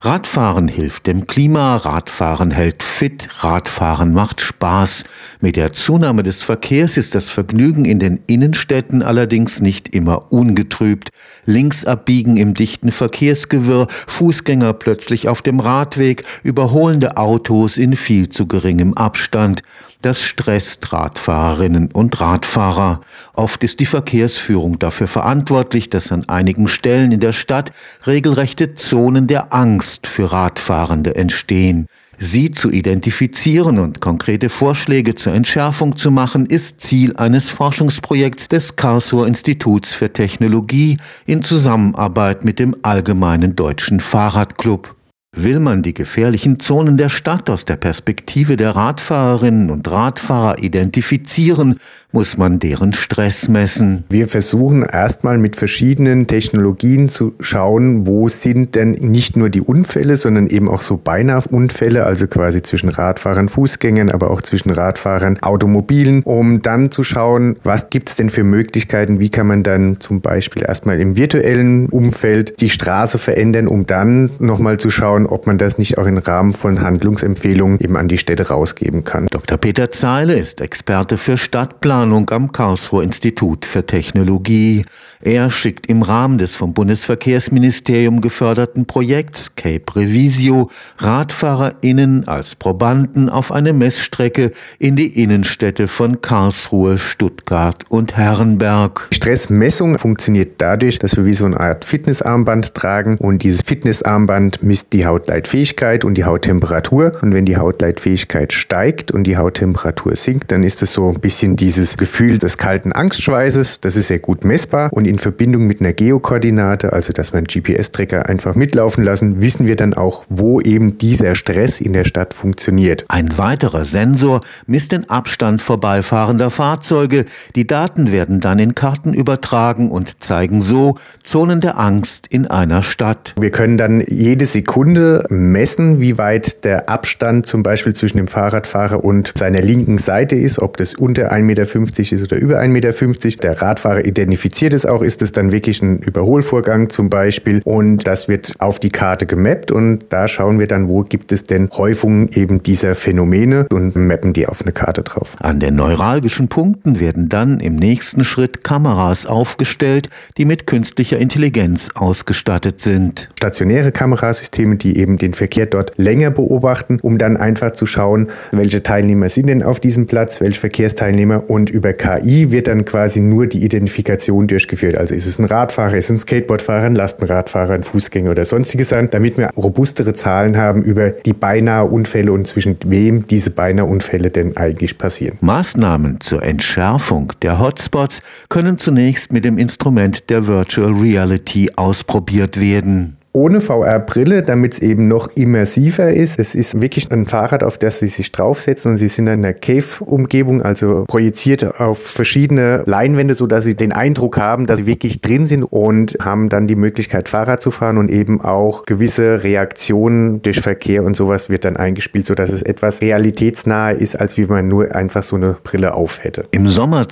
Radfahren hilft dem Klima, Radfahren hält fit, Radfahren macht Spaß. Mit der Zunahme des Verkehrs ist das Vergnügen in den Innenstädten allerdings nicht immer ungetrübt. Links abbiegen im dichten Verkehrsgewirr, Fußgänger plötzlich auf dem Radweg, überholende Autos in viel zu geringem Abstand. Das stresst Radfahrerinnen und Radfahrer. Oft ist die Verkehrsführung dafür verantwortlich, dass an einigen Stellen in der Stadt regelrechte Zonen der Angst für Radfahrende entstehen. Sie zu identifizieren und konkrete Vorschläge zur Entschärfung zu machen, ist Ziel eines Forschungsprojekts des Karlsruher Instituts für Technologie in Zusammenarbeit mit dem Allgemeinen Deutschen Fahrradclub. Will man die gefährlichen Zonen der Stadt aus der Perspektive der Radfahrerinnen und Radfahrer identifizieren, muss man deren Stress messen. Wir versuchen erstmal mit verschiedenen Technologien zu schauen, wo sind denn nicht nur die Unfälle, sondern eben auch so beinahe Unfälle, also quasi zwischen Radfahrern, Fußgängern, aber auch zwischen Radfahrern, Automobilen, um dann zu schauen, was gibt es denn für Möglichkeiten, wie kann man dann zum Beispiel erstmal im virtuellen Umfeld die Straße verändern, um dann nochmal zu schauen, ob man das nicht auch im Rahmen von Handlungsempfehlungen eben an die Städte rausgeben kann. Dr. Peter Zeile ist Experte für Stadtplanung am Karlsruher Institut für Technologie. Er schickt im Rahmen des vom Bundesverkehrsministerium geförderten Projekts Cape Revisio RadfahrerInnen als Probanden auf eine Messstrecke in die Innenstädte von Karlsruhe, Stuttgart und Herrenberg. Die Stressmessung funktioniert dadurch, dass wir wie so eine Art Fitnessarmband tragen und dieses Fitnessarmband misst die Hautleitfähigkeit und die Hauttemperatur. Und wenn die Hautleitfähigkeit steigt und die Hauttemperatur sinkt, dann ist das so ein bisschen dieses Gefühl des kalten Angstschweißes. Das ist sehr gut messbar und in Verbindung mit einer Geokoordinate, also dass wir einen GPS-Tracker einfach mitlaufen lassen, wissen wir dann auch, wo eben dieser Stress in der Stadt funktioniert. Ein weiterer Sensor misst den Abstand vorbeifahrender Fahrzeuge. Die Daten werden dann in Karten übertragen und zeigen so Zonen der Angst in einer Stadt. Wir können dann jede Sekunde messen, wie weit der Abstand zum Beispiel zwischen dem Fahrradfahrer und seiner linken Seite ist, ob das unter 1,50 Meter ist oder über 1,50 Meter. Der Radfahrer identifiziert es auch, ist es dann wirklich ein Überholvorgang zum Beispiel und das wird auf die Karte gemappt und da schauen wir dann, wo gibt es denn Häufungen eben dieser Phänomene und mappen die auf eine Karte drauf. An den neuralgischen Punkten werden dann im nächsten Schritt Kameras aufgestellt, die mit künstlicher Intelligenz ausgestattet sind. Stationäre Kamerasysteme, die eben den Verkehr dort länger beobachten, um dann einfach zu schauen, welche Teilnehmer sind denn auf diesem Platz, welche Verkehrsteilnehmer und über KI wird dann quasi nur die Identifikation durchgeführt. Also ist es ein Radfahrer, ist es ein Skateboardfahrer, ein Lastenradfahrer, ein Fußgänger oder sonstiges sein, damit wir robustere Zahlen haben über die beinahe Unfälle und zwischen wem diese beinahe Unfälle denn eigentlich passieren. Maßnahmen zur Entschärfung der Hotspots können zunächst mit dem Instrument der Virtual Reality ausprobiert werden. Ohne VR-Brille, damit es eben noch immersiver ist. Es ist wirklich ein Fahrrad, auf das Sie sich draufsetzen und Sie sind in einer Cave-Umgebung, also projiziert auf verschiedene Leinwände, sodass Sie den Eindruck haben, dass Sie wirklich drin sind und haben dann die Möglichkeit, Fahrrad zu fahren und eben auch gewisse Reaktionen durch Verkehr und sowas wird dann eingespielt, sodass es etwas realitätsnaher ist, als wie man nur einfach so eine Brille auf hätte. Im Sommer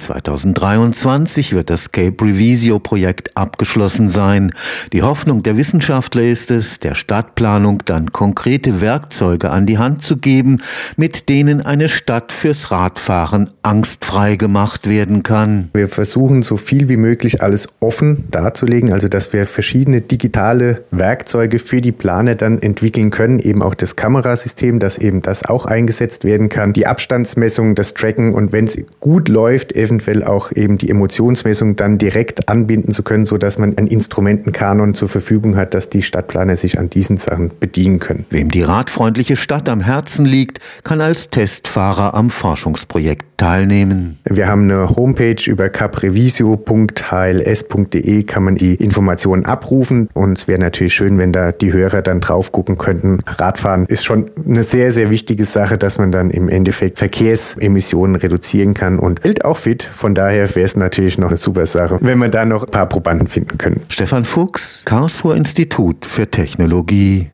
2023 wird das Cape Revisio-Projekt abgeschlossen sein. Die Hoffnung der Wissenschaftler ist es, der Stadtplanung dann konkrete Werkzeuge an die Hand zu geben, mit denen eine Stadt fürs Radfahren angstfrei gemacht werden kann. Wir versuchen so viel wie möglich alles offen darzulegen, also dass wir verschiedene digitale Werkzeuge für die Planer dann entwickeln können, eben auch das Kamerasystem, dass eben das auch eingesetzt werden kann, die Abstandsmessung, das Tracken und wenn es gut läuft, eventuell auch eben die Emotionsmessung dann direkt anbinden zu können, sodass man einen Instrumentenkanon zur Verfügung hat, dass die Stadtplaner sich an diesen Sachen bedienen können. Wem die radfreundliche Stadt am Herzen liegt, kann als Testfahrer am Forschungsprojekt teilnehmen. Wir haben eine Homepage über caprevisio.hls.de, kann man die Informationen abrufen und es wäre natürlich schön, wenn da die Hörer dann drauf gucken könnten. Radfahren ist schon eine sehr, sehr wichtige Sache, dass man dann im Endeffekt Verkehrsemissionen reduzieren kann und hält auch fit. Von daher wäre es natürlich noch eine super Sache, wenn wir da noch ein paar Probanden finden können. Stefan Fuchs, Karlsruher Institut für Technologie.